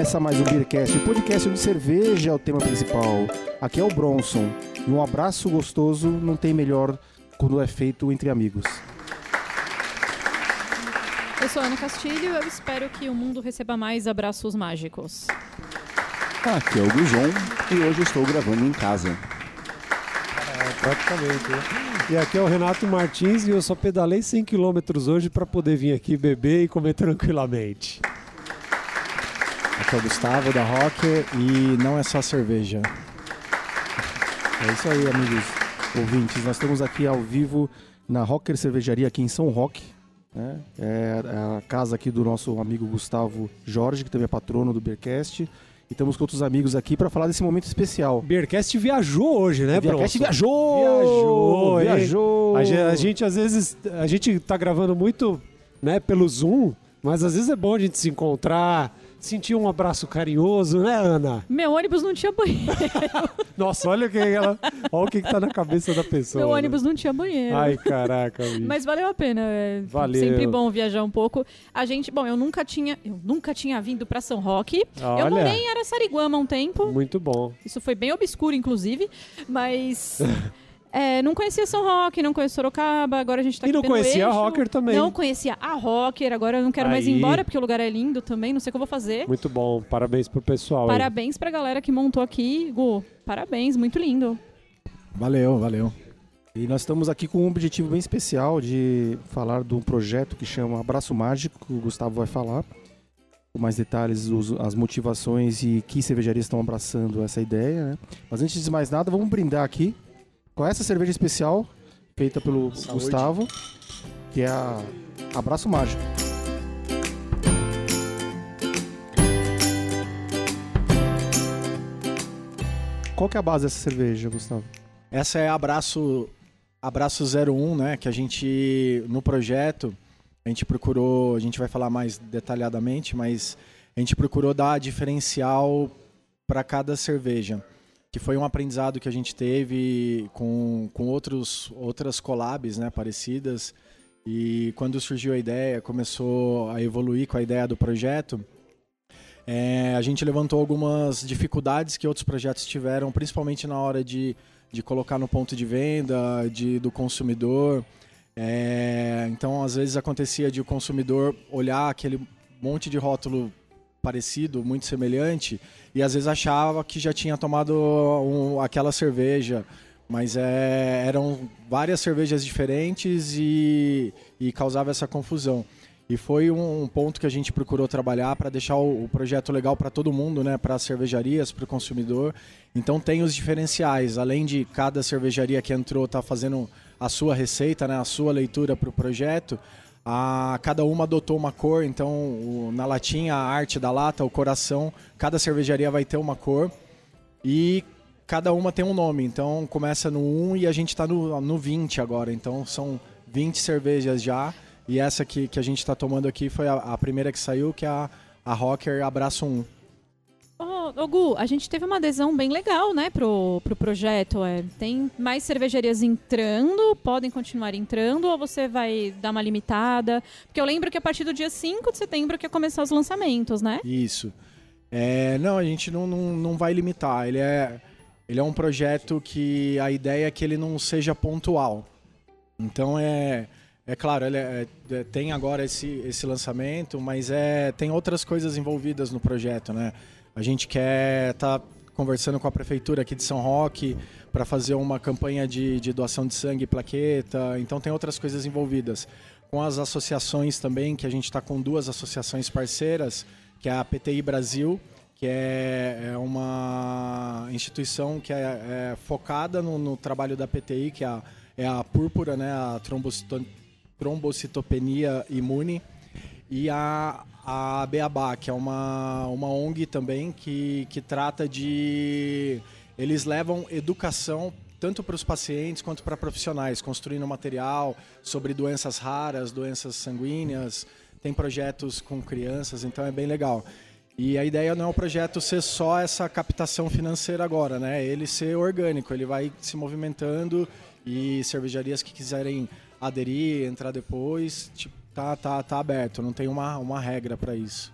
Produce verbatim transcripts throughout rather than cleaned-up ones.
Começa mais um Beercast, o podcast de cerveja é o tema principal. Aqui é o Bronson, e um abraço gostoso não tem melhor quando é feito entre amigos. Eu sou Ana Castilho e eu espero que o mundo receba mais abraços mágicos. Aqui é o Guzon e hoje eu estou gravando em casa. É, praticamente. Né? E aqui é o Renato Martins e eu só pedalei cem quilômetros hoje para poder vir aqui beber e comer tranquilamente. Aqui é o Gustavo da Rocker e não é só cerveja. É isso aí, amigos ouvintes. Nós estamos aqui ao vivo na Rocker Cervejaria aqui em São Roque. Né? É a casa aqui do nosso amigo Gustavo Jorge, que também é patrono do Beercast. E estamos com outros amigos aqui para falar desse momento especial. O Beercast viajou hoje, né, Bronson? Beercast viajou! Viajou! Viajou! A gente, a gente, às vezes, a gente tá gravando muito, né, pelo Zoom, mas às vezes é bom a gente se encontrar, sentir um abraço carinhoso, né, Ana? Meu ônibus não tinha banheiro. Nossa, olha o que, ela, olha o que, que tá na cabeça da pessoa. Meu né? ônibus não tinha banheiro. Ai, caraca, bicho. Mas valeu a pena. É Valeu. Sempre bom viajar um pouco. A gente, bom, eu nunca tinha, eu nunca tinha vindo pra São Roque. Olha. Eu morei em Araçariguama há um tempo. Muito bom. Isso foi bem obscuro, inclusive. Mas é, não conhecia São Roque, não conhecia Sorocaba. Agora a gente tá E aqui não pelo conhecia a eixo. Rocker também. Não conhecia a Rocker. Agora eu não quero mais ir Aí. embora porque o lugar é lindo também. Não sei o que eu vou fazer. Muito bom. Parabéns pro pessoal. Parabéns pra galera que montou aqui. Gu, parabéns, muito lindo. Valeu, valeu. E nós estamos aqui com um objetivo bem especial de falar de um projeto que chama Abraço Mágico, que o Gustavo vai falar. Com mais detalhes, os, as motivações e que cervejarias estão abraçando essa ideia, né? Mas antes de mais nada, vamos brindar aqui com essa cerveja especial feita pelo Saúde. Gustavo, que é a Abraço Mágico. Qual que é a base dessa cerveja, Gustavo? Essa é a Abraço, Abraço zero um, né? Que a gente, no projeto, a gente procurou, a gente vai falar mais detalhadamente, mas a gente procurou dar diferencial para cada cerveja. Que foi um aprendizado que a gente teve com, com outros, outras collabs, né, parecidas. E quando surgiu a ideia, começou a evoluir com a ideia do projeto, é, a gente levantou algumas dificuldades que outros projetos tiveram, principalmente na hora de, de colocar no ponto de venda, de, do consumidor. É, então, às vezes acontecia de o consumidor olhar aquele monte de rótulo parecido, muito semelhante, e às vezes achava que já tinha tomado um, aquela cerveja, mas é, eram várias cervejas diferentes e, e causava essa confusão. E foi um, um ponto que a gente procurou trabalhar para deixar o, o projeto legal para todo mundo, né, para as cervejarias, para o consumidor. Então tem os diferenciais, além de cada cervejaria que entrou estar tá fazendo a sua receita, né, a sua leitura para o projeto, a, cada uma adotou uma cor, então o, na latinha, a arte da lata, o coração, cada cervejaria vai ter uma cor e cada uma tem um nome, então começa no um e a gente está no, no vinte agora, então são vinte cervejas já, e essa que, que a gente está tomando aqui foi a, a primeira que saiu, que é a, a Rocker Abraço um. Ô, ô Gu, a gente teve uma adesão bem legal, né, pro, pro projeto. É. Tem mais cervejarias entrando, podem continuar entrando, ou você vai dar uma limitada? Porque eu lembro que a partir do dia cinco de setembro que ia começar os lançamentos, né? Isso. É, não, a gente não, não, não vai limitar. Ele é, ele é um projeto que a ideia é que ele não seja pontual. Então, é, é claro, ele é, é, tem agora esse, esse lançamento, mas é, tem outras coisas envolvidas no projeto, né? A gente quer estar tá conversando com a prefeitura aqui de São Roque para fazer uma campanha de, de doação de sangue e plaqueta. Então tem outras coisas envolvidas. Com as associações também, que a gente está com duas associações parceiras, que é a P T I Brasil, que é, é uma instituição que é, é focada no, no trabalho da P T I, que é a, é a púrpura, né, a trombocito, trombocitopenia imune, e a a Beabá, que é uma, uma O N G também que, que trata de... Eles levam educação tanto para os pacientes quanto para profissionais, construindo material sobre doenças raras, doenças sanguíneas, tem projetos com crianças, então é bem legal. E a ideia não é o projeto ser só essa captação financeira agora, né? Ele ser orgânico, ele vai se movimentando e cervejarias que quiserem aderir, entrar depois, tipo, Tá, tá, tá aberto, não tem uma, uma regra para isso.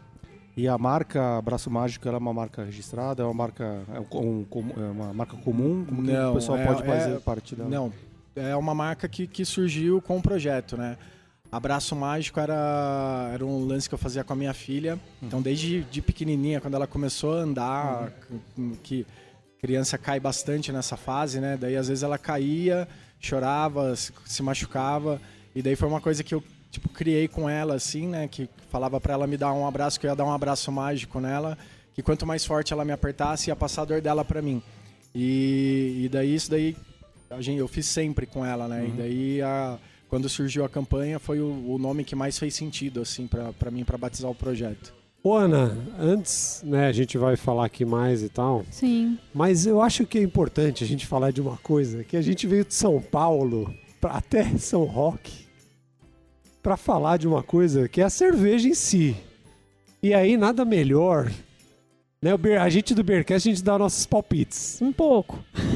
E a marca Braço Mágico, ela é uma marca registrada, é uma marca, é um, é uma marca comum? Como que Não, o pessoal é- pode fazer é- parte dela? Não, é uma marca que, que surgiu com o projeto, né? Abraço Mágico era, era um lance que eu fazia com a minha filha. Então, desde de pequenininha, quando ela começou a andar, uhum. que criança cai bastante nessa fase, né? Daí, às vezes, ela caía, chorava, se, se machucava. E daí foi uma coisa que eu tipo, criei com ela, assim, né? Que falava pra ela me dar um abraço, que eu ia dar um abraço mágico nela. Que quanto mais forte ela me apertasse, ia passar a dor dela pra mim. E, e daí, isso daí, a gente, eu fiz sempre com ela, né? Uhum. E daí, a... quando surgiu a campanha, foi o, o nome que mais fez sentido, assim, pra, pra mim, pra batizar o projeto. Ô, Ana, antes, né, a gente vai falar aqui mais e tal. Sim. Mas eu acho que é importante a gente falar de uma coisa, que a gente veio de São Paulo pra até São Roque pra falar de uma coisa que é a cerveja em si. E aí, nada melhor, né, o Beer, a gente do Beercast, a gente dá nossos palpites. Um pouco.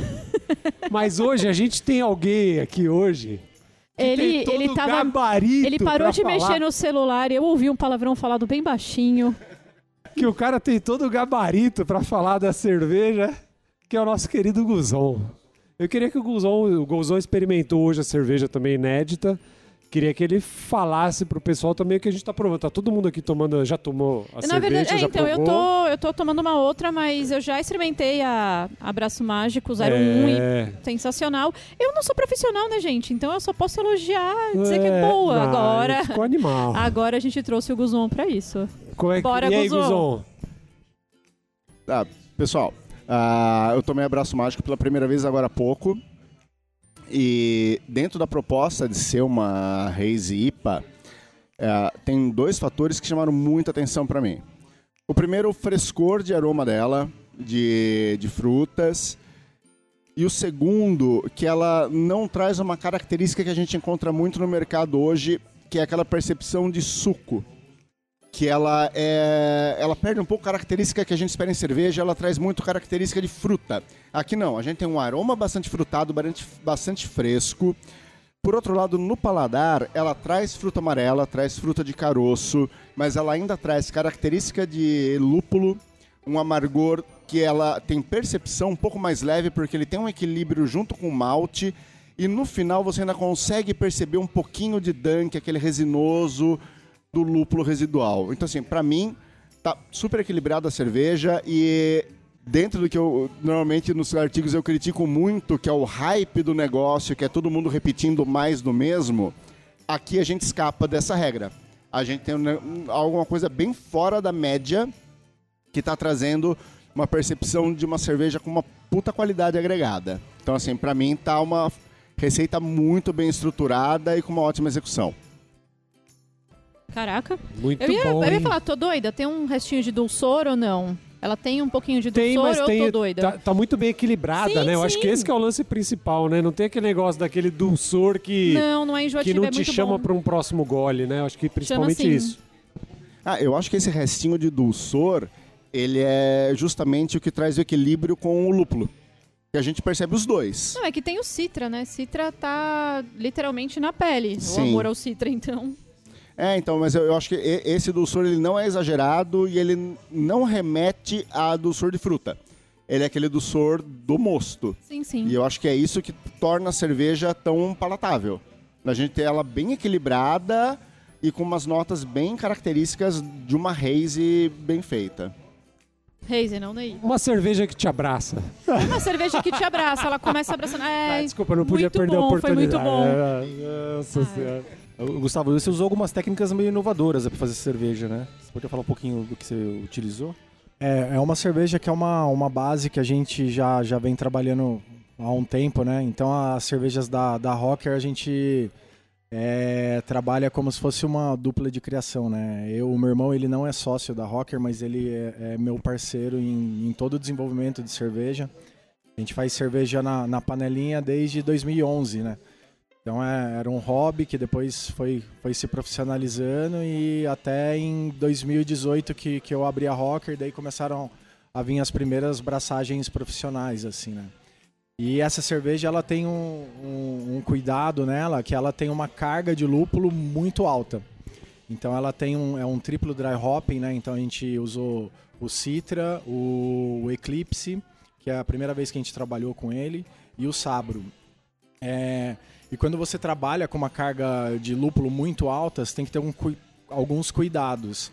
Mas hoje, a gente tem alguém aqui hoje... Ele, ele tava. Ele parou de falar. mexer no celular e eu ouvi um palavrão falado bem baixinho. Que o cara tem todo o gabarito pra falar da cerveja, que é o nosso querido Guzon. Eu queria que o Guzon, o Guzon experimentou hoje a cerveja também inédita. Queria que ele falasse pro pessoal também o que a gente tá provando. Tá todo mundo aqui tomando, já tomou a Na cerveja, verdade, é, já então, eu provou? tô, eu tô tomando uma outra, mas eu já experimentei a Abraço Mágico zero um É. e sensacional. Eu não sou profissional, né, gente? Então eu só posso elogiar, dizer que é É, boa. não, Agora, ficou animal. agora a gente trouxe o Guzon pra isso. Como é que... Bora, e aí, Guzon? Guzon? Ah, pessoal, ah, eu tomei Abraço Mágico pela primeira vez agora há pouco. E dentro da proposta de ser uma Hazy I P A, é, tem dois fatores que chamaram muita atenção para mim. O primeiro, o frescor de aroma dela, de, de frutas. E o segundo, que ela não traz uma característica que a gente encontra muito no mercado hoje, que é aquela percepção de suco. Que ela, é, ela perde um pouco a característica que a gente espera em cerveja, ela traz muito característica de fruta. Aqui não, a gente tem um aroma bastante frutado, bastante, bastante fresco. Por outro lado, no paladar, ela traz fruta amarela, traz fruta de caroço, mas ela ainda traz característica de lúpulo, um amargor que ela tem percepção um pouco mais leve, porque ele tem um equilíbrio junto com o malte, e no final você ainda consegue perceber um pouquinho de dunk, aquele resinoso do lúpulo residual. Então, assim, pra mim, tá super equilibrada a cerveja e dentro do que eu, normalmente, nos artigos eu critico muito, que é o hype do negócio, que é todo mundo repetindo mais do mesmo, aqui a gente escapa dessa regra. A gente tem um, alguma coisa bem fora da média que tá trazendo uma percepção de uma cerveja com uma puta qualidade agregada. Então, assim, pra mim, tá uma receita muito bem estruturada e com uma ótima execução. Caraca. Muito Eu ia, bom, eu ia hein? falar, tô doida? Tem um restinho de dulçor ou não? Ela tem um pouquinho de Tem, dulçor mas ou tem, eu tô doida? tá, tá muito bem equilibrada, Sim, né? Eu acho sim. que esse que é o lance principal, né? Não tem aquele negócio daquele dulçor que, Não, não é que enjoativo, não é te muito chama bom. para um próximo gole, né? Eu acho que principalmente sim. isso. Ah, eu acho que esse restinho de dulçor, ele é justamente o que traz o equilíbrio com o lúpulo. Que a gente percebe os dois. Não, é que tem o Citra, né? Citra tá literalmente na pele. Sim. O amor ao Citra, então. É, então, mas eu, eu acho que e- esse dulçor ele não é exagerado e ele não remete a dulçor de fruta. Ele é aquele dulçor do mosto. Sim, sim. E eu acho que é isso que torna a cerveja tão palatável. A gente tem ela bem equilibrada e com umas notas bem características de uma hazy bem feita. Hazy, não, Ney. Uma cerveja que te abraça. Uma cerveja que te abraça, ela começa abraçando. É, Ah, desculpa, não podia muito perder bom, a oportunidade. Foi muito bom. É, nossa Ah. senhora. Ô, Gustavo, você usou algumas técnicas meio inovadoras para fazer cerveja, né? Você podia falar um pouquinho do que você utilizou? É, é uma cerveja que é uma, uma base que a gente já, já vem trabalhando há um tempo, né? Então as cervejas da, da Rocker a gente é, trabalha como se fosse uma dupla de criação, né? Eu, o meu irmão, ele não é sócio da Rocker, mas ele é, é meu parceiro em, em todo o desenvolvimento de cerveja. A gente faz cerveja na, na panelinha desde dois mil e onze, né? Então é, era um hobby que depois foi, foi se profissionalizando e até em dois mil e dezoito que, que eu abri a Rocker, daí começaram a vir as primeiras braçagens profissionais, assim, né? E essa cerveja, ela tem um, um, um cuidado nela, que ela tem uma carga de lúpulo muito alta. Então ela tem um, é um triplo dry hopping, né? Então a gente usou o Citra, o, o Eclipse, que é a primeira vez que a gente trabalhou com ele, e o Sabro. É, e quando você trabalha com uma carga de lúpulo muito alta, você tem que ter um, alguns cuidados.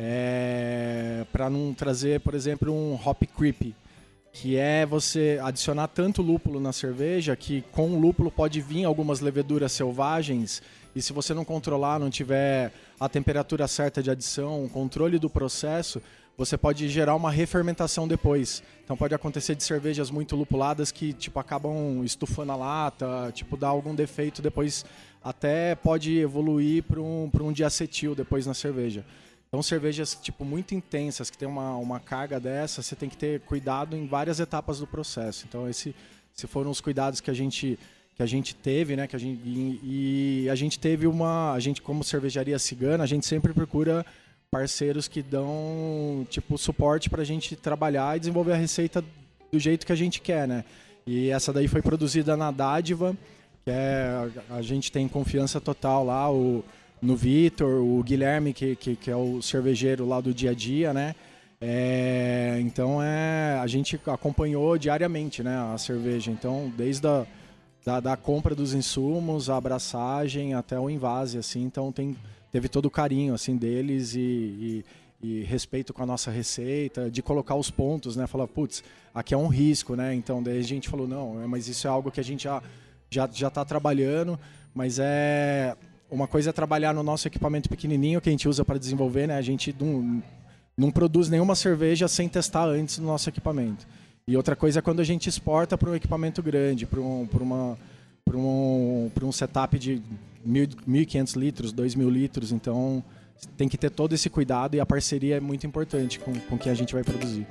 É, para não trazer, por exemplo, um hop creep, que é você adicionar tanto lúpulo na cerveja que com o lúpulo pode vir algumas leveduras selvagens, e se você não controlar, não tiver a temperatura certa de adição, o controle do processo, você pode gerar uma refermentação depois. Então pode acontecer de cervejas muito lupuladas que tipo, acabam estufando a lata, tipo, dá algum defeito depois, até pode evoluir para um, para um diacetil depois na cerveja. Então cervejas tipo, muito intensas, que tem uma, uma carga dessa, você tem que ter cuidado em várias etapas do processo. Então esse, esses foram os cuidados que a gente, que a gente teve, né? Que a gente, e, e a gente teve uma... A gente, como cervejaria cigana, a gente sempre procura parceiros que dão tipo, suporte para a gente trabalhar e desenvolver a receita do jeito que a gente quer, né? E essa daí foi produzida na Dádiva, que é, a gente tem confiança total lá, o... no Vitor, o Guilherme, que, que, que é o cervejeiro lá do dia a dia, né? É, então, é, a gente acompanhou diariamente, né, a cerveja. Então, desde a da, da compra dos insumos, a abraçagem, até o invase, assim. Então, tem, teve todo o carinho, assim, deles e, e, e respeito com a nossa receita, de colocar os pontos, né? Falar, putz, aqui é um risco, né? Então, daí a gente falou, não, mas isso é algo que a gente já já já está trabalhando, mas é... Uma coisa é trabalhar no nosso equipamento pequenininho que a gente usa para desenvolver, né? A gente não, não produz nenhuma cerveja sem testar antes no nosso equipamento. E outra coisa é quando a gente exporta para um equipamento grande, para um, para uma, para um, para um setup de mil e quinhentos litros, dois mil litros. Então tem que ter todo esse cuidado e a parceria é muito importante com, com quem a gente vai produzir.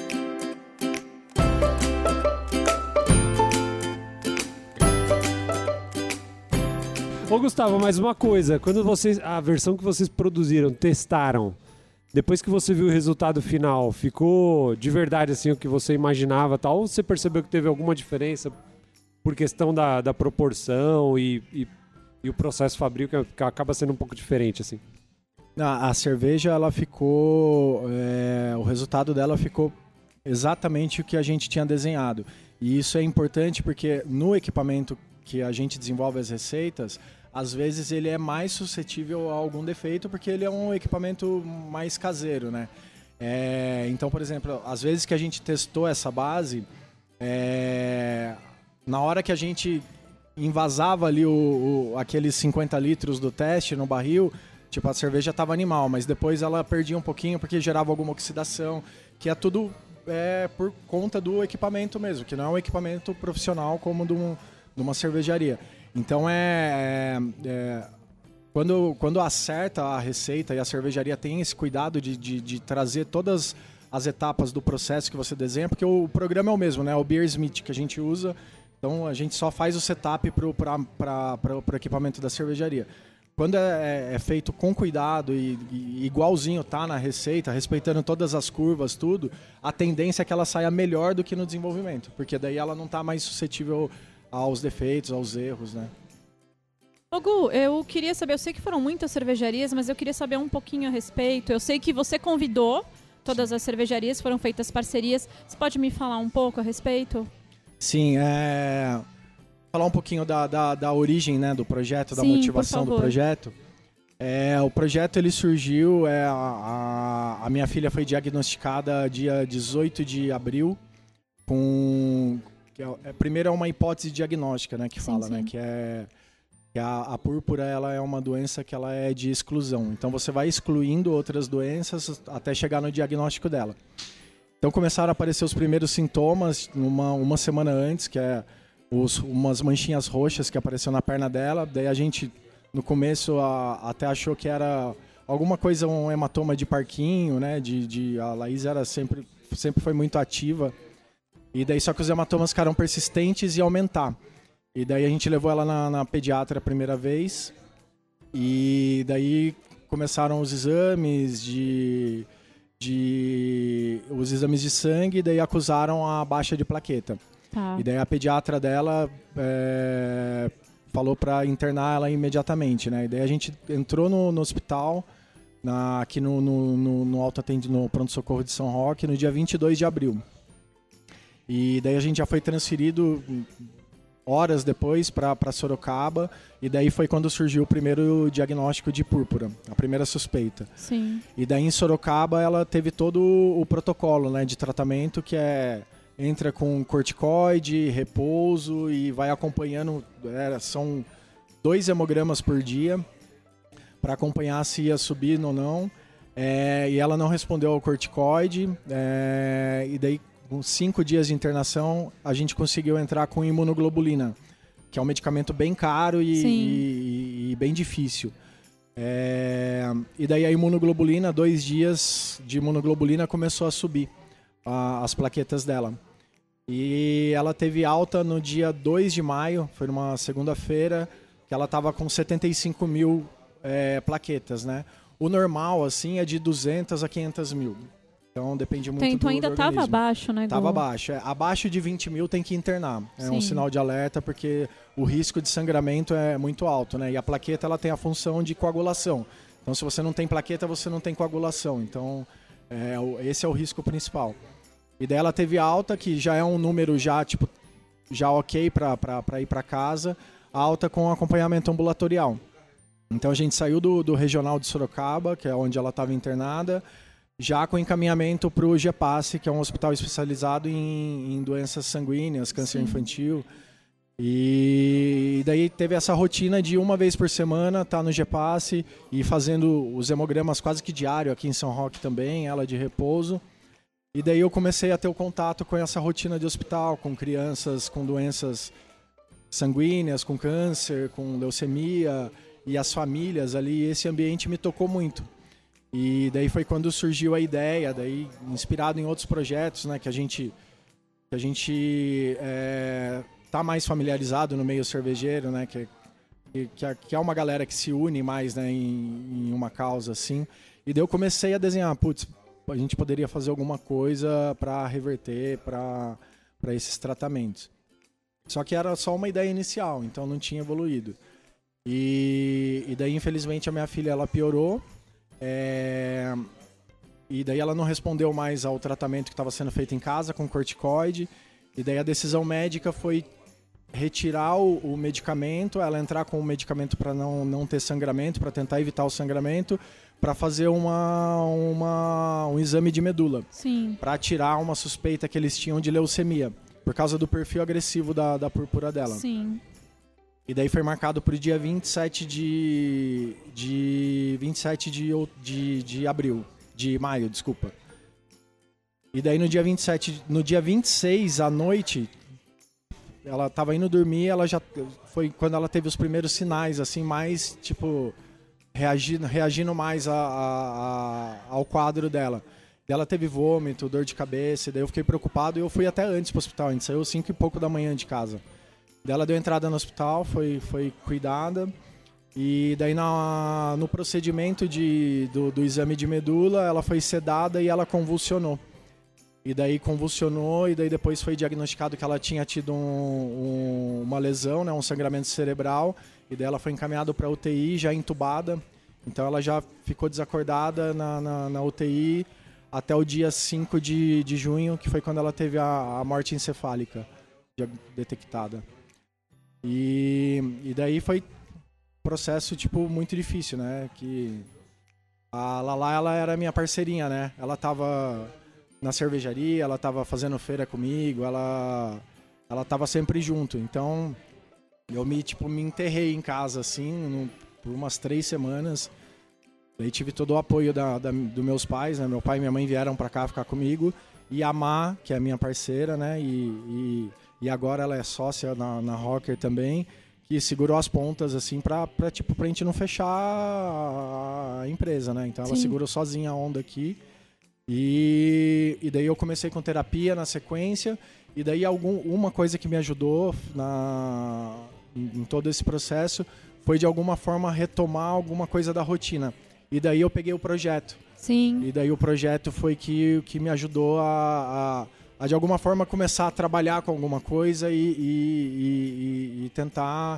Ô Gustavo, mais uma coisa, quando vocês, a versão que vocês produziram, testaram, depois que você viu o resultado final, ficou de verdade assim o que você imaginava, tal, ou você percebeu que teve alguma diferença por questão da, da proporção e, e, e o processo fabril que, que acaba sendo um pouco diferente assim? A, a cerveja, ela ficou, é, o resultado dela ficou exatamente o que a gente tinha desenhado. E isso é importante porque no equipamento que a gente desenvolve as receitas, às vezes ele é mais suscetível a algum defeito porque ele é um equipamento mais caseiro, né? É, então, por exemplo, às vezes que a gente testou essa base, é, na hora que a gente envasava ali o, o, aqueles cinquenta litros do teste no barril, tipo, a cerveja estava animal, mas depois ela perdia um pouquinho porque gerava alguma oxidação, que é tudo é, por conta do equipamento mesmo, que não é um equipamento profissional como de um numa cervejaria. Então é, é, é quando, quando acerta a receita e a cervejaria tem esse cuidado de, de, de trazer todas as etapas do processo que você desenha, porque o programa é o mesmo, né? O Beersmith que a gente usa, então a gente só faz o setup para o equipamento da cervejaria. Quando é, é feito com cuidado e, e igualzinho tá na receita, respeitando todas as curvas, tudo, a tendência é que ela saia melhor do que no desenvolvimento, porque daí ela não está mais suscetível aos defeitos, aos erros, né? Ô Gu, eu queria saber, eu sei que foram muitas cervejarias, mas eu queria saber um pouquinho a respeito. Eu sei que você convidou todas as cervejarias, foram feitas parcerias. Você pode me falar um pouco a respeito? Sim, é... falar um pouquinho da, da, da origem, né, do projeto, da Sim, motivação do projeto. É, o projeto ele surgiu, é, a, a, a minha filha foi diagnosticada dia dezoito de abril com... Que é, é, primeiro é uma hipótese diagnóstica, né, que fala, sim, sim. né, que é que a, a púrpura ela é uma doença que ela é de exclusão. Então você vai excluindo outras doenças até chegar no diagnóstico dela. Então começaram a aparecer os primeiros sintomas numa uma semana antes, que é os, umas manchinhas roxas que apareceu na perna dela. Daí a gente no começo a, até achou que era alguma coisa, um hematoma de parquinho, né, de, de a Laís era sempre sempre foi muito ativa. E daí só que os hematomas ficaram persistentes e aumentar. E daí a gente levou ela na, na pediatra a primeira vez. E daí começaram os exames de, de os exames de sangue, e daí acusaram a baixa de plaqueta. Tá. E daí a pediatra dela é, falou para internar ela imediatamente, né? E daí a gente entrou no, no hospital, na, aqui no, no, no, no Alto Atendimento, no pronto-socorro de São Roque, no dia vinte e dois de abril. E daí a gente já foi transferido horas depois para Sorocaba, e daí foi quando surgiu o primeiro diagnóstico de púrpura, a primeira suspeita. Sim. E daí em Sorocaba ela teve todo o protocolo, né, de tratamento, que é entra com corticoide, repouso e vai acompanhando, é, são dois hemogramas por dia para acompanhar se ia subir ou não. É, e ela não respondeu ao corticoide, é, e daí com cinco dias de internação, a gente conseguiu entrar com imunoglobulina, que é um medicamento bem caro e, e, e bem difícil. É, e daí a imunoglobulina, dois dias de imunoglobulina, começou a subir a, as plaquetas dela. E ela teve alta no dia dois de maio, foi numa segunda-feira, que ela estava com setenta e cinco mil é, plaquetas, né? O normal, assim, é de duzentas a quinhentas mil. Então depende muito então, do, ainda do estava abaixo, né? Estava abaixo. É, abaixo de vinte mil tem que internar. É Sim. um sinal de alerta porque o risco de sangramento é muito alto, né? E a plaqueta ela tem a função de coagulação. Então se você não tem plaqueta, você não tem coagulação. Então é, esse é o risco principal. E daí ela teve alta, que já é um número já, tipo, já ok para ir para casa, alta com acompanhamento ambulatorial. Então a gente saiu do, do regional de Sorocaba, que é onde ela estava internada, já com encaminhamento para o GEPASSE, que é um hospital especializado em, em doenças sanguíneas, câncer Sim. infantil. E daí teve essa rotina de uma vez por semana estar tá no GEPASSE e fazendo os hemogramas quase que diário aqui em São Roque também, ela de repouso. E daí eu comecei a ter o contato com essa rotina de hospital, com crianças com doenças sanguíneas, com câncer, com leucemia e as famílias ali. E esse ambiente me tocou muito. E daí foi quando surgiu a ideia, daí inspirado em outros projetos, né, que a gente que a gente é, tá mais familiarizado no meio cervejeiro, né, que, que, que é uma galera que se une mais, né, em, em uma causa assim. E daí eu comecei a desenhar, putz, a gente poderia fazer alguma coisa para reverter para para esses tratamentos. Só que era só uma ideia inicial, então não tinha evoluído. E, e daí infelizmente a minha filha ela piorou. É... E daí ela não respondeu mais ao tratamento que estava sendo feito em casa com corticoide. E daí a decisão médica foi retirar o, o medicamento, ela entrar com o medicamento para não, não ter sangramento, para tentar evitar o sangramento, para fazer uma, uma, um exame de medula. Para tirar uma suspeita que eles tinham de leucemia, por causa do perfil agressivo da, da púrpura dela. Sim. E daí foi marcado para o dia vinte e sete de, de, vinte e sete de, de, de abril, de maio, desculpa. E daí no dia vinte e sete, no dia vinte e seis à noite, ela estava indo dormir, ela já foi quando ela teve os primeiros sinais, assim, mais tipo reagindo, reagindo mais a, a, a, ao quadro dela. E ela teve vômito, dor de cabeça, e daí eu fiquei preocupado e eu fui até antes para o hospital, a gente saiu cinco e pouco da manhã de casa. Ela deu entrada no hospital, foi, foi cuidada, e daí na, no procedimento de, do, do exame de medula, ela foi sedada e ela convulsionou. E daí convulsionou, e daí depois foi diagnosticado que ela tinha tido um, um, uma lesão, né, um sangramento cerebral, e daí ela foi encaminhada para a U T I, já entubada. Então ela já ficou desacordada na, na, na U T I até o dia cinco de, de junho, que foi quando ela teve a, a morte encefálica detectada. E, e daí foi um processo, tipo, muito difícil, né? Que a Lala, ela era minha parceirinha, né? Ela tava na cervejaria, ela tava fazendo feira comigo, ela, ela tava sempre junto. Então, eu me, tipo, me enterrei em casa, assim, no, por umas três semanas. Daí tive todo o apoio da, da, dos meus pais, né? Meu pai e minha mãe vieram pra cá ficar comigo. E a Má, que é a minha parceira, né? E... e E agora ela é sócia na, na Rocker também, que segurou as pontas, assim, pra, pra, tipo, pra gente não fechar a empresa, né? Então ela Sim. segurou sozinha a onda aqui. E, e daí eu comecei com terapia na sequência. E daí algum, uma coisa que me ajudou na, em, em todo esse processo foi, de alguma forma, retomar alguma coisa da rotina. E daí eu peguei o projeto. Sim. E daí o projeto foi que, que me ajudou a... a a de alguma forma começar a trabalhar com alguma coisa e, e, e, e tentar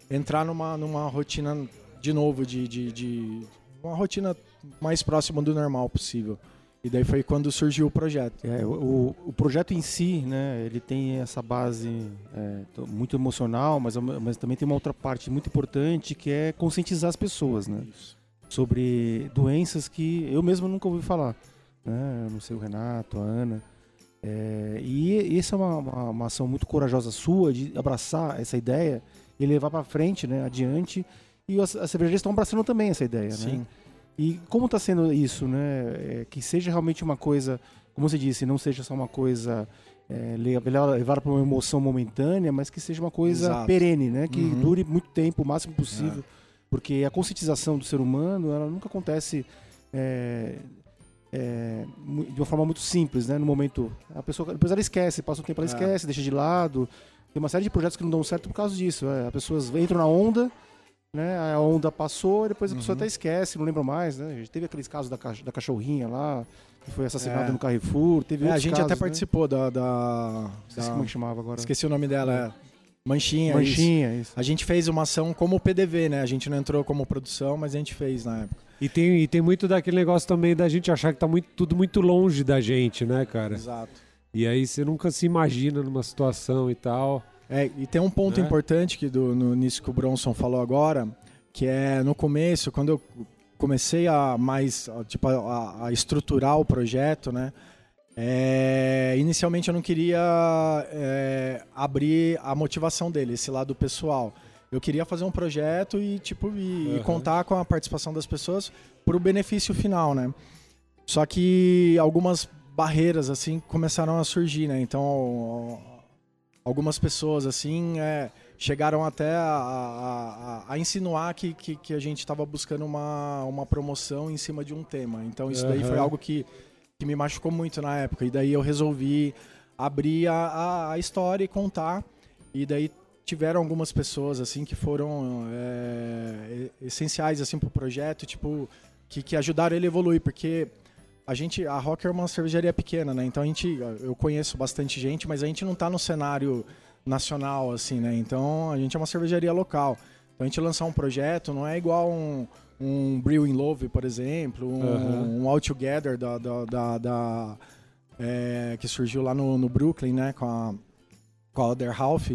entrar numa, numa rotina de novo, de, de, de uma rotina mais próxima do normal possível. E daí foi quando surgiu o projeto. É, o, o projeto em si, né, ele tem essa base é, muito emocional, mas, mas também tem uma outra parte muito importante que é conscientizar as pessoas, né, sobre doenças que eu mesmo nunca ouvi falar. Né, não sei, o Renato, a Ana. É, e essa é uma, uma, uma ação muito corajosa sua de abraçar essa ideia e levar para frente, né, adiante. E as, as cervejarias estão abraçando também essa ideia, Sim. né? E como está sendo isso, né? É, que seja realmente uma coisa, como você disse, não seja só uma coisa é, levada para uma emoção momentânea, mas que seja uma coisa Exato. perene, né? Que Uhum. dure muito tempo, o máximo possível. É. Porque a conscientização do ser humano, ela nunca acontece é, é, de uma forma muito simples, né? No momento, a pessoa, depois ela esquece, passa um tempo, ela É. esquece, deixa de lado. Tem uma série de projetos que não dão certo por causa disso. É, as pessoas entram na onda, né? A onda passou e depois a pessoa Uhum. até esquece, não lembra mais, né? A gente teve aqueles casos da, ca- da cachorrinha lá, que foi assassinada É. no Carrefour, teve É, a outros gente casos, até né? participou da, da, Esqueci da- como é que chamava agora. Esqueci o nome dela, é Manchinha. isso. Manchinha, isso. A gente fez uma ação como P D V, né? A gente não entrou como produção, mas a gente fez na época. E tem, e tem muito daquele negócio também da gente achar que tá muito, tudo muito longe da gente, né, cara? Exato. E aí você nunca se imagina numa situação e tal. É, e tem um ponto Né? importante que do, no, nisso que o Bronson falou agora, que é no começo, quando eu comecei a mais a, tipo, a, a estruturar o projeto, né? É, inicialmente eu não queria é, abrir a motivação dele, esse lado pessoal. Eu queria fazer um projeto e, tipo, e, Uhum. e contar com a participação das pessoas para o benefício final, né? Só que algumas barreiras assim começaram a surgir, né? Então algumas pessoas assim é, chegaram até a, a, a insinuar que, que, que a gente estava buscando uma, uma promoção em cima de um tema. Então isso daí Uhum. foi algo que, que me machucou muito na época. E daí eu resolvi abrir a, a, a história e contar. E daí tiveram algumas pessoas assim que foram é, essenciais assim para o projeto, tipo, que, que ajudaram ele a evoluir, porque a gente, a Rocker é uma cervejaria pequena, né? Então a gente, eu conheço bastante gente, mas a gente não está no cenário nacional, assim, né? Então a gente é uma cervejaria local. Então a gente lançar um projeto não é igual um, um Brew in Love, por exemplo, um, Uhum. um All Together da, da, da, da é, que surgiu lá no, no Brooklyn, né? Com a, com a Other Half.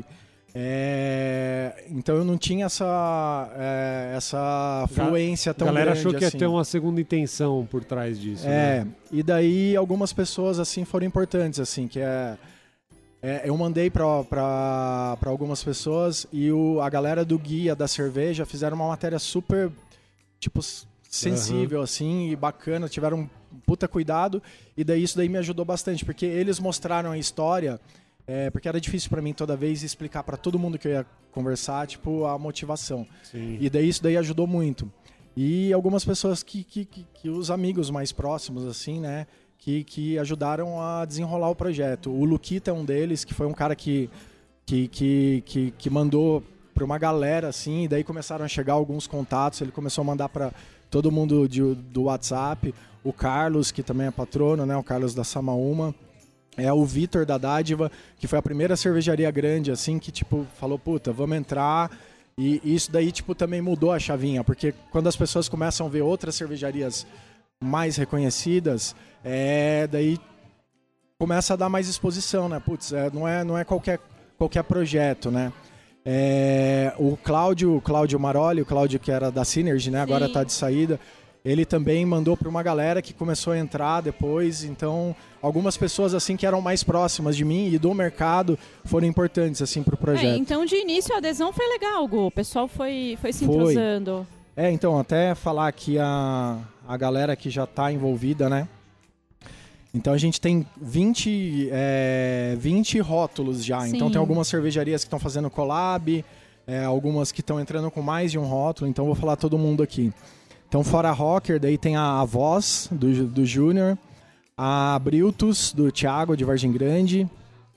É, então eu não tinha essa, é, essa fluência tão A galera grande achou que ia assim. ter uma segunda intenção por trás disso. É, né? e daí algumas pessoas assim foram importantes, assim, que é, é eu mandei para algumas pessoas e o, a galera do guia da cerveja fizeram uma matéria super, tipo, sensível, assim, e bacana, tiveram um puta cuidado, e daí isso daí me ajudou bastante, porque eles mostraram a história, é, porque era difícil para mim toda vez explicar para todo mundo que eu ia conversar, tipo, a motivação. Sim. E daí isso daí ajudou muito. E algumas pessoas que, que, que, que os amigos mais próximos, assim, né, que, que ajudaram a desenrolar o projeto. O Luquita é um deles, que foi um cara que, que, que, que, que mandou para uma galera, assim, e daí começaram a chegar alguns contatos, ele começou a mandar para todo mundo de, do WhatsApp. O Carlos, que também é patrono, né, o Carlos da Samaúma. É o Vitor da Dádiva, que foi a primeira cervejaria grande, assim, que, tipo, falou, puta, vamos entrar. E isso daí, tipo, também mudou a chavinha, porque quando as pessoas começam a ver outras cervejarias mais reconhecidas, é, daí começa a dar mais exposição, né? Putz, é, não é, não é qualquer, qualquer projeto, né? É, o Cláudio, o Cláudio Maroli, o Cláudio que era da Synergy, né? Agora Sim. tá de saída. Ele também mandou para uma galera que começou a entrar depois. Então, algumas pessoas assim que eram mais próximas de mim e do mercado foram importantes assim para o É, projeto. então, de início, a adesão foi legal, Gu. O pessoal foi, foi se Foi. entrosando. É, então, até falar aqui a, a galera que já está envolvida, né? Então a gente tem vinte, é, vinte rótulos já. Sim. Então tem algumas cervejarias que estão fazendo collab, é, algumas que estão entrando com mais de um rótulo. Então eu vou falar todo mundo aqui. Então fora a Rocker, daí tem a, a Voz, do, do Júnior, a Briltus, do Thiago, de Vargem Grande,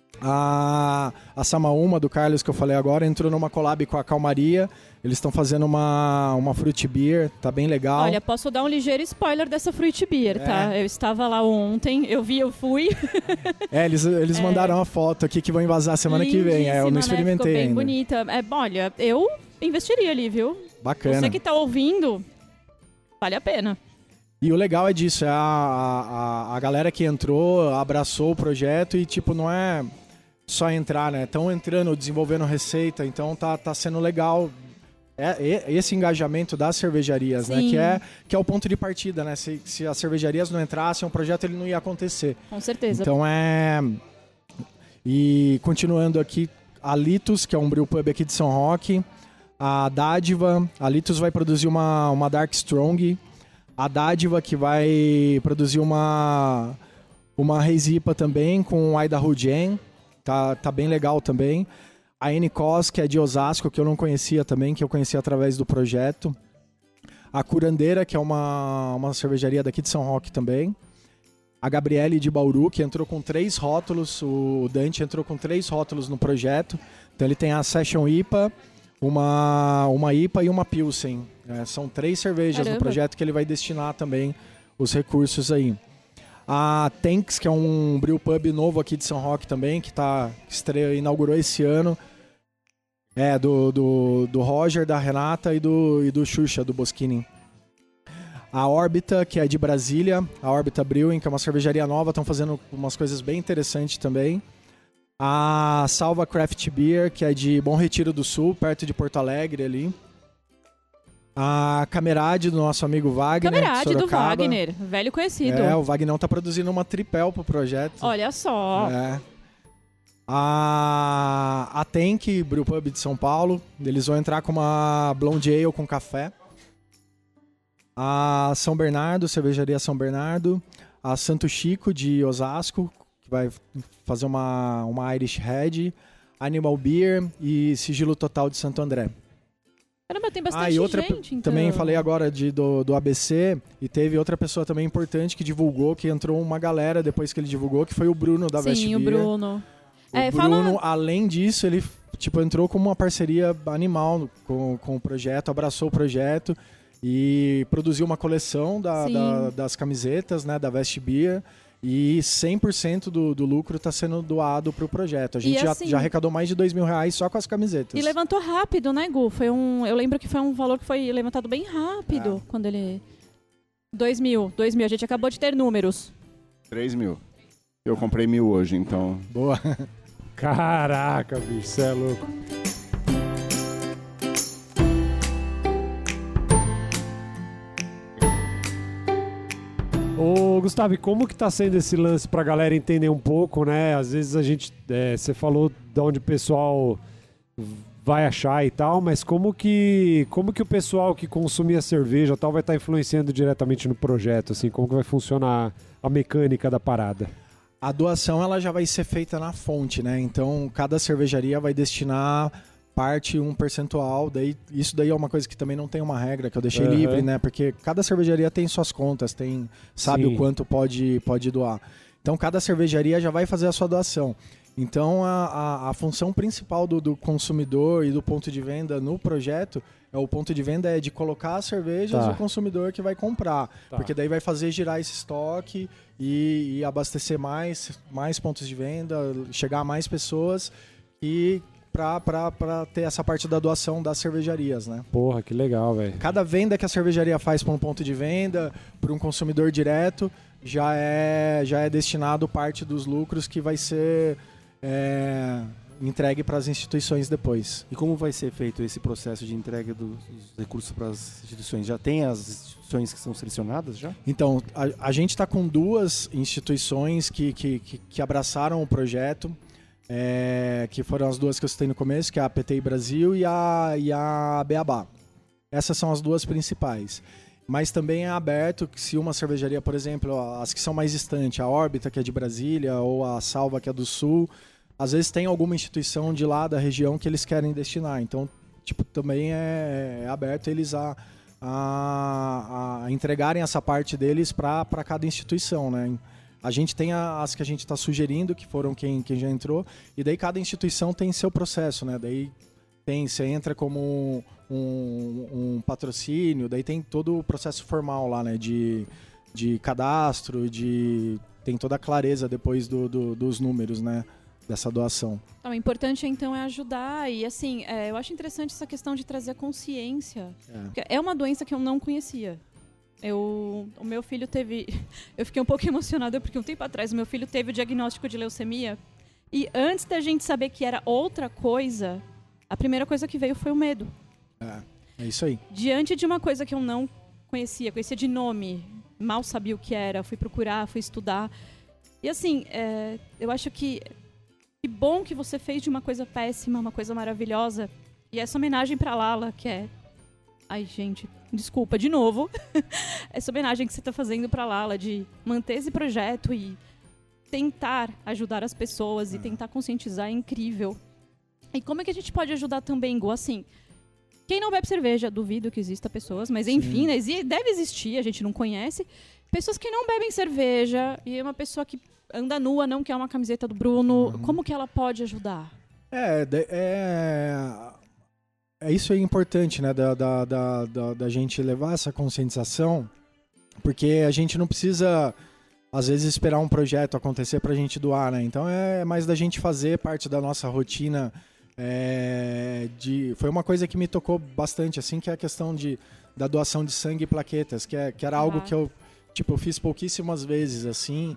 a, a Samaúma, do Carlos, que eu falei agora, entrou numa collab com a Calmaria. Eles estão fazendo uma, uma fruit beer, tá bem legal. Olha, posso dar um ligeiro spoiler dessa Fruit Beer, tá? Eu estava lá ontem, eu vi, eu fui. É, eles, eles mandaram uma foto aqui que vão embasar semana que vem. É, eu não Lindíssima, né? experimentei Ficou bem ainda. bonita. É, olha, eu investiria ali, viu? Bacana. Você que tá ouvindo, vale a pena. E o legal é disso, é a, a, a galera que entrou, abraçou o projeto e, tipo, não é só entrar, né? Estão entrando, desenvolvendo receita, então tá, tá sendo legal é, é esse engajamento das cervejarias, Sim. né? Que é, que é o ponto de partida, né? Se, se as cervejarias não entrassem, o projeto ele não ia acontecer. Com certeza. Então é... E continuando aqui, a Litus, que é um brewpub aqui de São Roque, a Dádiva, a Litus vai produzir uma, uma Dark Strong, a Dádiva que vai produzir uma uma Hazy I P A também com Idaho Jam, tá, tá bem legal também. A N-Cos, que é de Osasco, que eu não conhecia também, que eu conheci através do projeto. A Curandeira, que é uma, uma cervejaria daqui de São Roque também. A Gabriele de Bauru, que entrou com três rótulos, o Dante entrou com três rótulos no projeto. Então ele tem a Session I P A, uma, uma I P A e uma Pilsen. É, são três cervejas Caramba. no projeto que ele vai destinar também os recursos aí. A Tanks, que é um brewpub novo aqui de São Roque também, que tá, estreia, inaugurou esse ano. É, do, do, do Roger, da Renata e do, e do Xuxa, do Boschini. A Órbita, que é de Brasília, a Órbita Brewing, que é uma cervejaria nova, estão fazendo umas coisas bem interessantes também. A Salva Craft Beer, que é de Bom Retiro do Sul, perto de Porto Alegre ali. A Camerade, do nosso amigo Wagner. Camerade do Sorocaba. Wagner, velho conhecido. É, o Wagnão tá produzindo uma tripel pro projeto. Olha só. É. A, a Tank, Brewpub de São Paulo, eles vão entrar com uma Blonde Ale com café. A São Bernardo, Cervejaria São Bernardo. A Santo Chico, de Osasco, que vai fazer uma, uma Irish Red. Animal Beer e Sigilo Total de Santo André. Caramba, tem bastante Ah, e outra, gente, então. também falei agora de, do, do A B C, e teve outra pessoa também importante que divulgou, que entrou uma galera depois que ele divulgou, que foi o Bruno da West Sim, o Beer. Bruno. O É, Bruno, fala- além disso, ele tipo, entrou como uma parceria animal com, com o projeto, abraçou o projeto e produziu uma coleção da, Sim. da- das camisetas, né, da West Beer. E cem por cento do, do lucro está sendo doado para o projeto. A gente E já, assim- já arrecadou mais de dois mil reais só com as camisetas. E levantou rápido, né, Gu? Foi um, eu lembro que foi um valor que foi levantado bem rápido É. quando ele... Dois mil, dois mil. A gente acabou de ter números. três mil. Eu comprei mil hoje, então... Boa. Caraca, bicho, você é louco. Ô, Gustavo, e como que tá sendo esse lance pra galera entender um pouco, né? Às vezes a gente, é, você falou de onde o pessoal vai achar e tal, mas como que, como que o pessoal que consumia cerveja e tal vai estar influenciando diretamente no projeto, assim, como que vai funcionar a mecânica da parada? A doação ela já vai ser feita na fonte, né? Então cada cervejaria vai destinar parte, um percentual. Daí, isso daí é uma coisa que também não tem uma regra, que eu deixei Uhum. livre, né? Porque cada cervejaria tem suas contas, tem, sabe Sim. o quanto pode, pode doar. Então cada cervejaria já vai fazer a sua doação. Então a, a, a função principal do, do consumidor e do ponto de venda no projeto é o ponto de venda é de colocar as cervejas Tá. e o consumidor que vai comprar. Tá. Porque daí vai fazer girar esse estoque e, e abastecer mais, mais pontos de venda, chegar a mais pessoas e para ter essa parte da doação das cervejarias, né? Porra, que legal, velho. Cada venda que a cervejaria faz para um ponto de venda, para um consumidor direto, já é, já é destinado parte dos lucros que vai ser é, entregue para as instituições depois. E como vai ser feito esse processo de entrega dos dos recursos para as instituições? Já tem as instituições que são selecionadas já? Então, a, a gente está com duas instituições que, que, que, que abraçaram o projeto, é, que foram as duas que eu citei no começo, que é a P T I Brasil e a, e a Beabá. Essas são as duas principais. Mas também é aberto que se uma cervejaria, por exemplo, as que são mais distantes, a Órbita, que é de Brasília, ou a Salva, que é do Sul, às vezes tem alguma instituição de lá da região que eles querem destinar. Então, tipo, também é, é aberto eles a, a, a entregarem essa parte deles para cada instituição, né? A gente tem a, as que a gente está sugerindo, que foram quem, quem já entrou, e daí cada instituição tem seu processo, né? Daí tem, você entra como um, um patrocínio, daí tem todo o processo formal lá, né? De, de cadastro, de tem toda a clareza depois do, do, dos números, né? dessa doação. Então, o importante, então, é ajudar. E, assim, é, eu acho interessante essa questão de trazer a consciência. É. Porque é uma doença que eu não conhecia. Eu, o meu filho teve... Eu fiquei um pouco emocionada porque um tempo atrás o meu filho teve o diagnóstico de leucemia. E antes da gente saber que era outra coisa, a primeira coisa que veio foi o medo. É, é isso aí. Diante de uma coisa que eu não conhecia, conhecia de nome, mal sabia o que era, fui procurar, fui estudar. E assim, é, eu acho que que bom que você fez de uma coisa péssima, uma coisa maravilhosa. E essa homenagem pra Lala, que é... Ai, gente, desculpa, de novo. Essa homenagem que você tá fazendo pra Lala, de manter esse projeto e tentar ajudar as pessoas e tentar conscientizar, é incrível. E como é que a gente pode ajudar também, Gu? Assim, quem não bebe cerveja, duvido que exista pessoas, mas enfim, né, deve existir, a gente não conhece. Pessoas que não bebem cerveja e é uma pessoa que anda nua, não quer uma camiseta do Bruno, uhum. Como que ela pode ajudar? É, é, é isso aí importante, né, da, da, da, da, da gente levar essa conscientização, porque a gente não precisa, às vezes, esperar um projeto acontecer pra gente doar, né, então é mais da gente fazer parte da nossa rotina. É, de, foi uma coisa que me tocou bastante, assim, que é a questão de, da doação de sangue e plaquetas, que, é, que era algo ah. que eu, tipo, eu fiz pouquíssimas vezes, assim,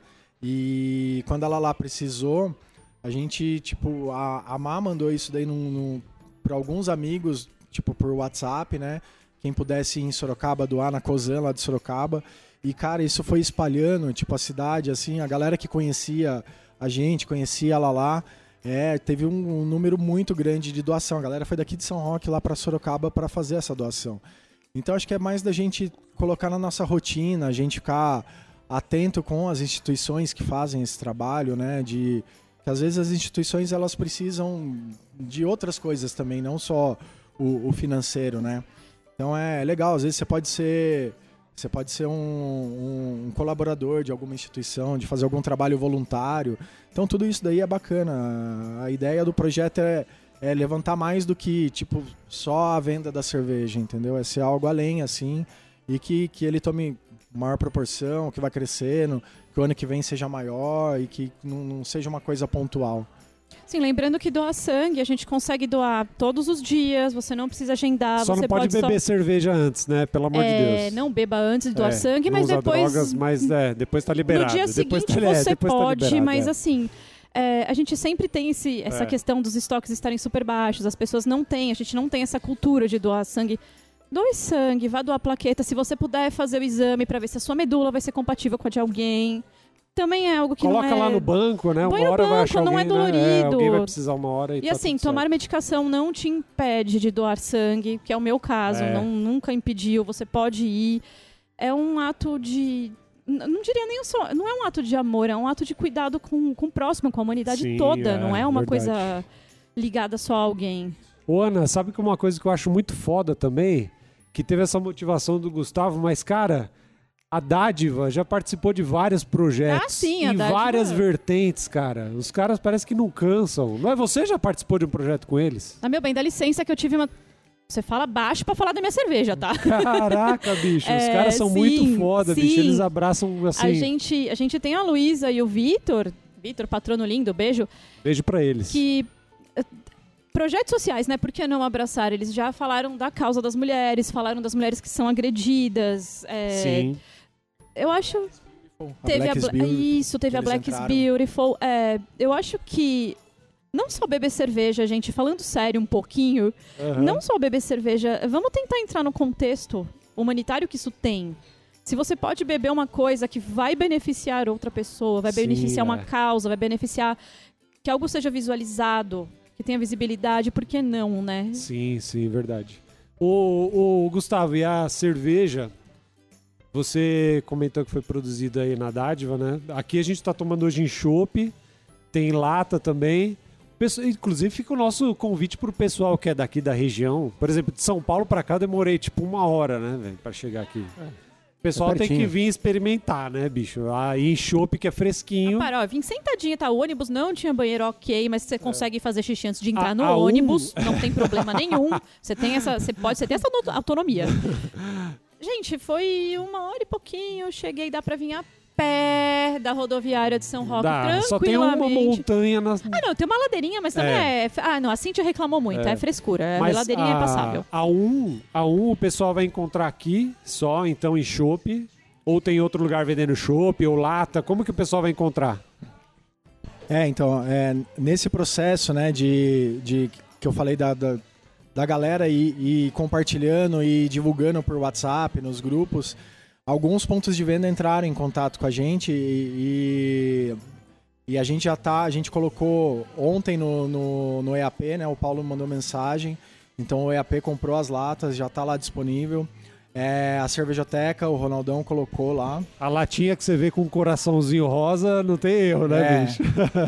e quando ela lá precisou, a gente, tipo, a, a Má mandou isso daí num, num, para alguns amigos, tipo, por WhatsApp, né, quem pudesse ir em Sorocaba doar, na Cosan lá de Sorocaba, e, cara, isso foi espalhando, tipo, a cidade, assim, a galera que conhecia a gente, conhecia ela lá. É, teve um, um número muito grande de doação. A galera foi daqui de São Roque lá para Sorocaba para fazer essa doação. Então acho que é mais da gente colocar na nossa rotina, a gente ficar atento com as instituições que fazem esse trabalho, né? De que às vezes as instituições elas precisam de outras coisas também, não só o, o financeiro, né? Então é legal. Às vezes você pode ser Você pode ser um, um, um colaborador de alguma instituição, de fazer algum trabalho voluntário. Então tudo isso daí é bacana. A ideia do projeto é, é levantar mais do que tipo só a venda da cerveja, entendeu? É ser algo além, assim, e que, que ele tome maior proporção, que vai crescendo, que o ano que vem seja maior e que não, não seja uma coisa pontual. Sim, lembrando que doar sangue a gente consegue doar todos os dias, você não precisa agendar. Só você não pode, pode beber só... cerveja antes, né? Pelo amor é, de Deus. Não beba antes de doar é, sangue, não mas usa depois... drogas, mas é, depois tá liberado. No dia depois seguinte tá, você é, pode, tá liberado, mas é. assim... É, a gente sempre tem esse, essa é. questão dos estoques estarem super baixos, as pessoas não têm, a gente não tem essa cultura de doar sangue. Doe sangue, vá doar plaqueta, se você puder fazer o exame para ver se a sua medula vai ser compatível com a de alguém. Também é algo que Coloca não é... lá no banco, né? Põe uma hora banco, vai achar não alguém, é dolorido. Né? É, alguém vai precisar uma hora e E tá assim, tudo tomar certo. medicação não te impede de doar sangue, que é o meu caso, É. não, nunca impediu, você pode ir. É um ato de... Não diria nem só... Não é um ato de amor, é um ato de cuidado com, com o próximo, com a humanidade Sim, toda. é, não é uma verdade. coisa ligada só a alguém. Ô, Ana, sabe que uma coisa que eu acho muito foda também, que teve essa motivação do Gustavo, mas, cara, a Dádiva já participou de vários projetos Ah, sim, a em Dádiva- várias vertentes, cara. Os caras parecem que não cansam. Não é você já participou de um projeto com eles? Ah, meu bem, dá licença que eu tive uma... Você fala baixo pra falar da minha cerveja, tá? Caraca, bicho, os É, caras são sim, muito foda, sim. bicho. Eles abraçam assim. A gente, a gente tem a Luísa e o Vitor, Vitor, patrono lindo, beijo, Beijo pra eles. que... eh, Projetos sociais, né? Por que não abraçar? Eles já falaram da causa das mulheres, falaram das mulheres que são agredidas. é, Sim. Eu acho... A Teve Black is a, Bla- Beautiful, Isso, teve que a eles Black is entraram. Beautiful. É, eu acho que... Não só beber cerveja, gente, falando sério um pouquinho, Aham. não só beber cerveja, vamos tentar entrar no contexto humanitário que isso tem. Se você pode beber uma coisa que vai beneficiar outra pessoa, vai Sim, beneficiar uma é. causa, vai beneficiar que algo seja visualizado, que tenha visibilidade, por que não, né? Sim, sim, verdade. O, o Gustavo, e a cerveja, você comentou que foi produzida aí na Dádiva, né? Aqui a gente tá tomando hoje em chopp, tem lata também. Pesso- Inclusive fica o nosso convite pro pessoal que é daqui da região. Por exemplo, de São Paulo pra cá eu demorei tipo uma hora, né, velho, pra chegar aqui. O pessoal É tem que pertinho. vir experimentar, né, bicho? Aí em chopp que é fresquinho. Ah, para, ó, vim sentadinha, tá? O ônibus não tinha banheiro, ok, mas você consegue fazer xixi antes de entrar A- no a um- ônibus, não tem problema nenhum. Você tem essa, você pode, você tem essa auto- autonomia. Gente, foi uma hora e pouquinho, cheguei, dá pra vir a pé. pé da rodoviária de São Roque, Dá, tranquilamente. só tem uma montanha nas... Ah, não, tem uma ladeirinha, mas também é... é... Ah, não, a Cíntia reclamou muito, é, é frescura. Mas a ladeirinha a, é passável. A um, a um o pessoal vai encontrar aqui só, então em chopp, ou tem outro lugar vendendo chopp ou lata, como que o pessoal vai encontrar? É, então, é, nesse processo, né, de, de que eu falei da, da, da galera ir, ir compartilhando e divulgando por WhatsApp, nos grupos, alguns pontos de venda entraram em contato com a gente e, e, e a gente já tá, a gente colocou ontem no, no, no E A P, né, o Paulo mandou mensagem, então o E A P comprou as latas, já está lá disponível. É, a cervejoteca, o Ronaldão colocou lá. A latinha que você vê com um coraçãozinho rosa, não tem erro, né, é. bicho?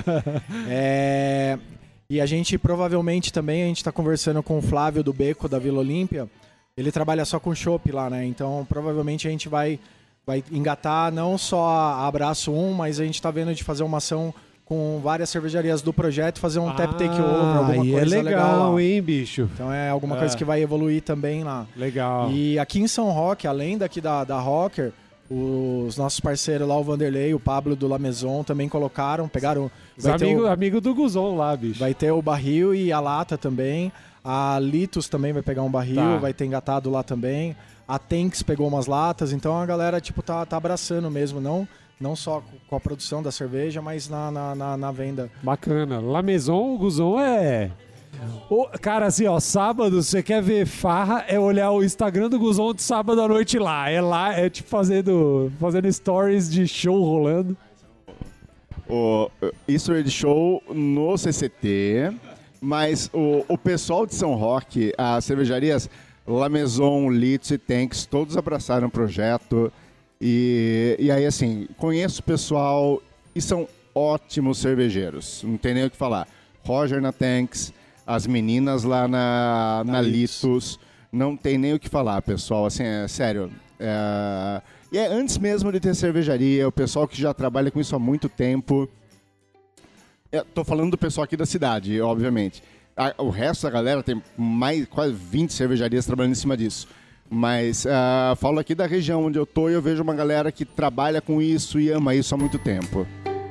é, e a gente provavelmente também, a gente está conversando com o Flávio do Beco, da Vila Olímpia. Ele trabalha só com chopp lá, né? Então provavelmente a gente vai, vai engatar não só a Abraço um, mas a gente está vendo de fazer uma ação com várias cervejarias do projeto, fazer um ah, tap take over, alguma coisa é legal, legal lá. Hein, bicho? Então é alguma é. coisa que vai evoluir também lá. Legal. E aqui em São Roque, além daqui da, da Rocker, os nossos parceiros lá, o Vanderlei, o Pablo do La Maison, também colocaram, pegaram... Os amigo, o, amigo do Guzon lá, bicho. Vai ter o barril e a lata também. A Litos também vai pegar um barril, tá. Vai ter engatado lá também. A Tanks pegou umas latas, então a galera tipo tá, tá abraçando mesmo, não... Não só com a produção da cerveja, mas na, na, na, na venda. Bacana. La Maison, o Guzon é... O, cara, assim, ó, sábado, você quer ver farra, é olhar o Instagram do Guzon de sábado à noite lá. É lá, é tipo fazendo, fazendo stories de show rolando. O History de Show no C C T, mas o, o pessoal de São Roque, as cervejarias La Maison, Litz e Tanks, todos abraçaram o projeto. E, e aí, assim, conheço o pessoal e são ótimos cervejeiros. Não tem nem o que falar. Roger na Tanks, as meninas lá na, na Litos. Não tem nem o que falar, pessoal. Assim, é sério. É, e é antes mesmo de ter cervejaria, o pessoal que já trabalha com isso há muito tempo. Eu tô falando do pessoal aqui da cidade, obviamente. A, o resto da galera tem mais quase vinte cervejarias trabalhando em cima disso. Mas uh, falo aqui da região onde eu tô e eu vejo uma galera que trabalha com isso e ama isso há muito tempo.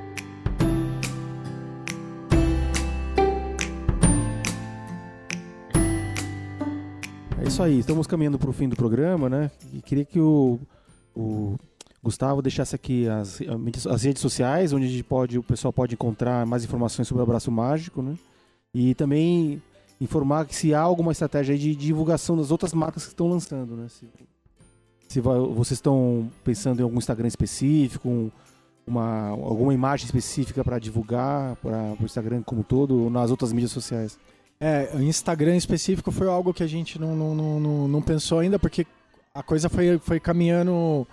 É isso aí, estamos caminhando para o fim do programa, né? E queria que o, o Gustavo deixasse aqui as, as redes sociais, onde a gente pode, o pessoal pode encontrar mais informações sobre o Abraço Mágico, né? E também informar que se há alguma estratégia aí de divulgação das outras marcas que estão lançando, né? Se, se vai, vocês estão pensando em algum Instagram específico, um, uma, alguma imagem específica para divulgar para o Instagram como um todo ou nas outras mídias sociais? É, o Instagram específico foi algo que a gente não, não, não, não pensou ainda, porque a coisa foi, foi caminhando,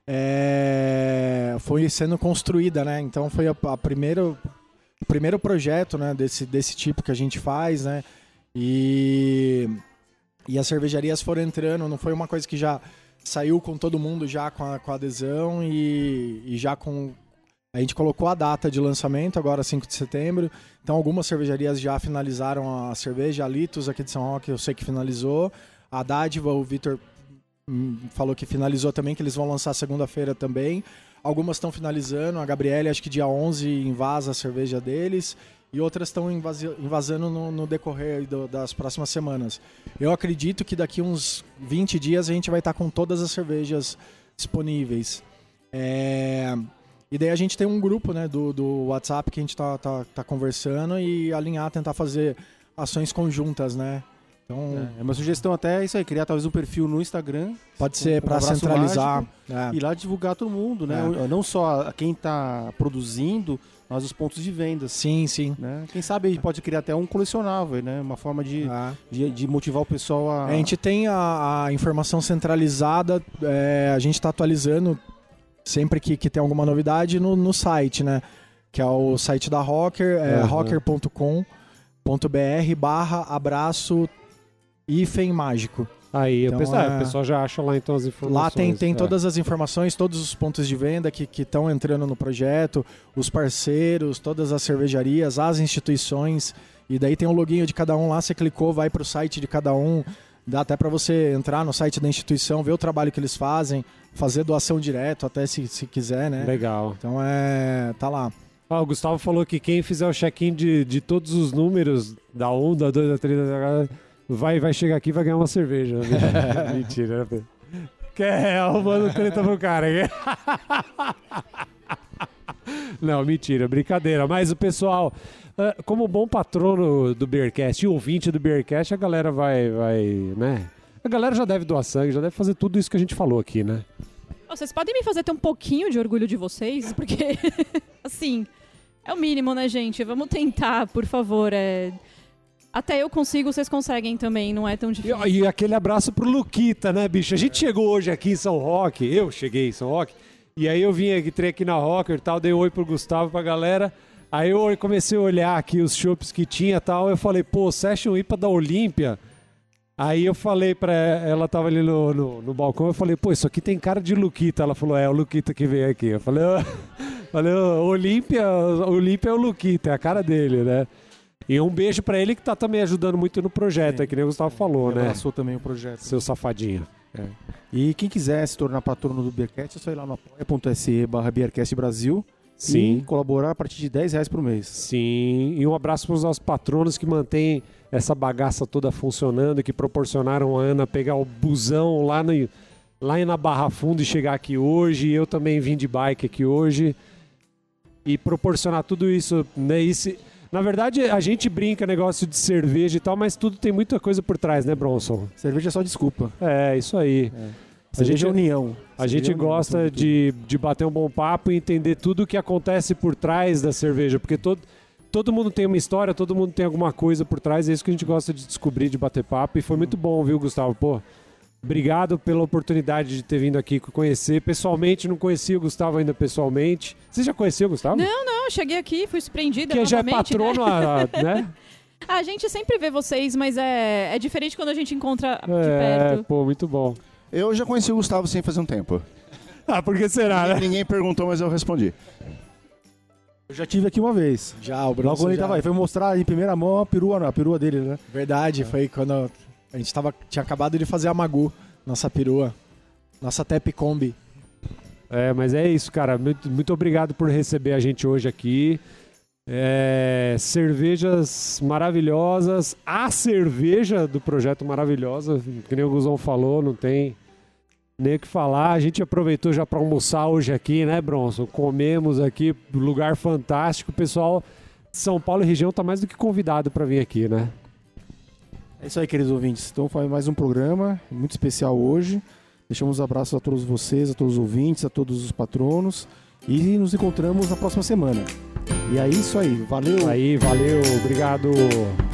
é, foi sendo construída, né? Então foi a, a primeiro, o primeiro projeto, né, desse, desse tipo que a gente faz, né? E, e as cervejarias foram entrando, não foi uma coisa que já saiu com todo mundo já com a, com a adesão e, e já com... A gente colocou a data de lançamento, agora cinco de setembro, então algumas cervejarias já finalizaram a cerveja, a Litos aqui de São Roque eu sei que finalizou, a Dádiva, o Vitor falou que finalizou também, que eles vão lançar segunda-feira também, algumas estão finalizando, a Gabriele acho que dia onze invasa a cerveja deles, e outras estão invasando no, no decorrer do, das próximas semanas. Eu acredito que daqui uns vinte dias a gente vai estar com todas as cervejas disponíveis. É... E daí a gente tem um grupo, né, do, do WhatsApp que a gente está tá, tá conversando e alinhar, tentar fazer ações conjuntas, né? Então, é, uma sugestão até é isso aí, criar talvez um perfil no Instagram. Pode ser para centralizar. É. E lá divulgar todo mundo, né? É. Não só quem está produzindo, mas os pontos de venda. Sim, sim. Né? Quem sabe a gente pode criar até um colecionável, né? Uma forma de, é. de, de motivar o pessoal a... A gente tem a, a informação centralizada, é, a gente está atualizando sempre que, que tem alguma novidade no, no site, né? Que é o site da Rocker, é uhum. rocker ponto com ponto b r barra abraço hífen mágico. Aí, então, o, pessoal, é... o pessoal já acha lá então as informações. Lá tem, tem é. todas as informações, todos os pontos de venda que estão entrando no projeto, os parceiros, todas as cervejarias, as instituições, e daí tem o login de cada um lá, você clicou, vai para o site de cada um, Dá até para você entrar no site da instituição, ver o trabalho que eles fazem, fazer doação direto, até se, se quiser, né? Legal. Então é. Tá lá. Ah, o Gustavo falou que quem fizer o check-in de, de todos os números, da um, da dois, da três, da... vai, vai chegar aqui e vai ganhar uma cerveja. Mentira, né? Quer arrumando treta pro cara. Não, mentira, brincadeira. Mas o pessoal, como bom patrono do Beercast e ouvinte do Beercast, a galera vai, vai, né? A galera já deve doar sangue, já deve fazer tudo isso que a gente falou aqui, né? Vocês podem me fazer ter um pouquinho de orgulho de vocês? Porque, assim, é o mínimo, né, gente? Vamos tentar, por favor. É... Até eu consigo, vocês conseguem também, não é tão difícil. E, e aquele abraço pro Luquita, né, bicho? A gente chegou hoje aqui em São Roque, eu cheguei em São Roque, e aí eu vim aqui, entrei aqui na Rocker e tal, dei um oi pro Gustavo, pra galera. Aí eu comecei a olhar aqui os chopps que tinha e tal, eu falei, pô, Session I P A da Olímpia. Aí eu falei pra ela, ela tava ali no, no, no balcão, eu falei, pô, isso aqui tem cara de Luquita. Ela falou, é, o Luquita que veio aqui. Eu falei, oh, falei oh, Olímpia, Olímpia é o Luquita, é a cara dele, né? E um beijo pra ele que tá também ajudando muito no projeto, é que nem o Gustavo falou, Ele né? abraçou também o projeto. Seu safadinho. É. E quem quiser se tornar patrono do Beercast, é só ir lá no apoia.se barra Beercast Brasil. Sim. E colaborar a partir de dez reais por mês. Sim, e um abraço para os nossos patronos que mantêm essa bagaça toda funcionando, que proporcionaram a Ana pegar o busão lá, no, lá na Barra Funda e chegar aqui hoje. Eu também vim de bike aqui hoje. E proporcionar tudo isso, né? Isso, na verdade, a gente brinca negócio de cerveja e tal, mas tudo tem muita coisa por trás, né, Bronson? Cerveja é só desculpa. É, isso aí. É. A gente, é união. A gente gosta de, de bater um bom papo e entender tudo o que acontece por trás da cerveja, porque todo, todo mundo tem uma história, todo mundo tem alguma coisa por trás, é isso que a gente gosta de descobrir, de bater papo, e foi muito bom, viu, Gustavo? Pô, obrigado pela oportunidade de ter vindo aqui conhecer. Pessoalmente, não conhecia o Gustavo ainda pessoalmente. Você já conheceu o Gustavo? Não, não, cheguei aqui, fui surpreendida Porque já é novamente, patrono, né? a, né? A gente sempre vê vocês, mas é, é diferente quando a gente encontra de É, perto. pô, muito bom. Eu já conheci o Gustavo sem fazer um tempo. Ah, por que será, né? Ninguém perguntou, mas eu respondi. Eu já tive aqui uma vez. Já, o Logo Bronson quando ele já... tava aí, foi mostrar em primeira mão a perua, a perua dele, né? Verdade, foi quando a gente tava, tinha acabado de fazer a Magu, nossa perua, nossa Tep Kombi. É, mas é isso, cara. Muito, muito obrigado por receber a gente hoje aqui. É, cervejas maravilhosas. A cerveja do projeto maravilhosa, que nem o Guzão falou, não tem nem o que falar. A gente aproveitou já para almoçar hoje aqui, né, Bronson? Comemos aqui, lugar fantástico. O pessoal de São Paulo e região tá mais do que convidado para vir aqui, né? É isso aí, queridos ouvintes. Então foi mais um programa muito especial hoje. Deixamos abraços a todos vocês, a todos os ouvintes, a todos os patronos. E nos encontramos na próxima semana. E é isso aí. Valeu! Aí, valeu, obrigado!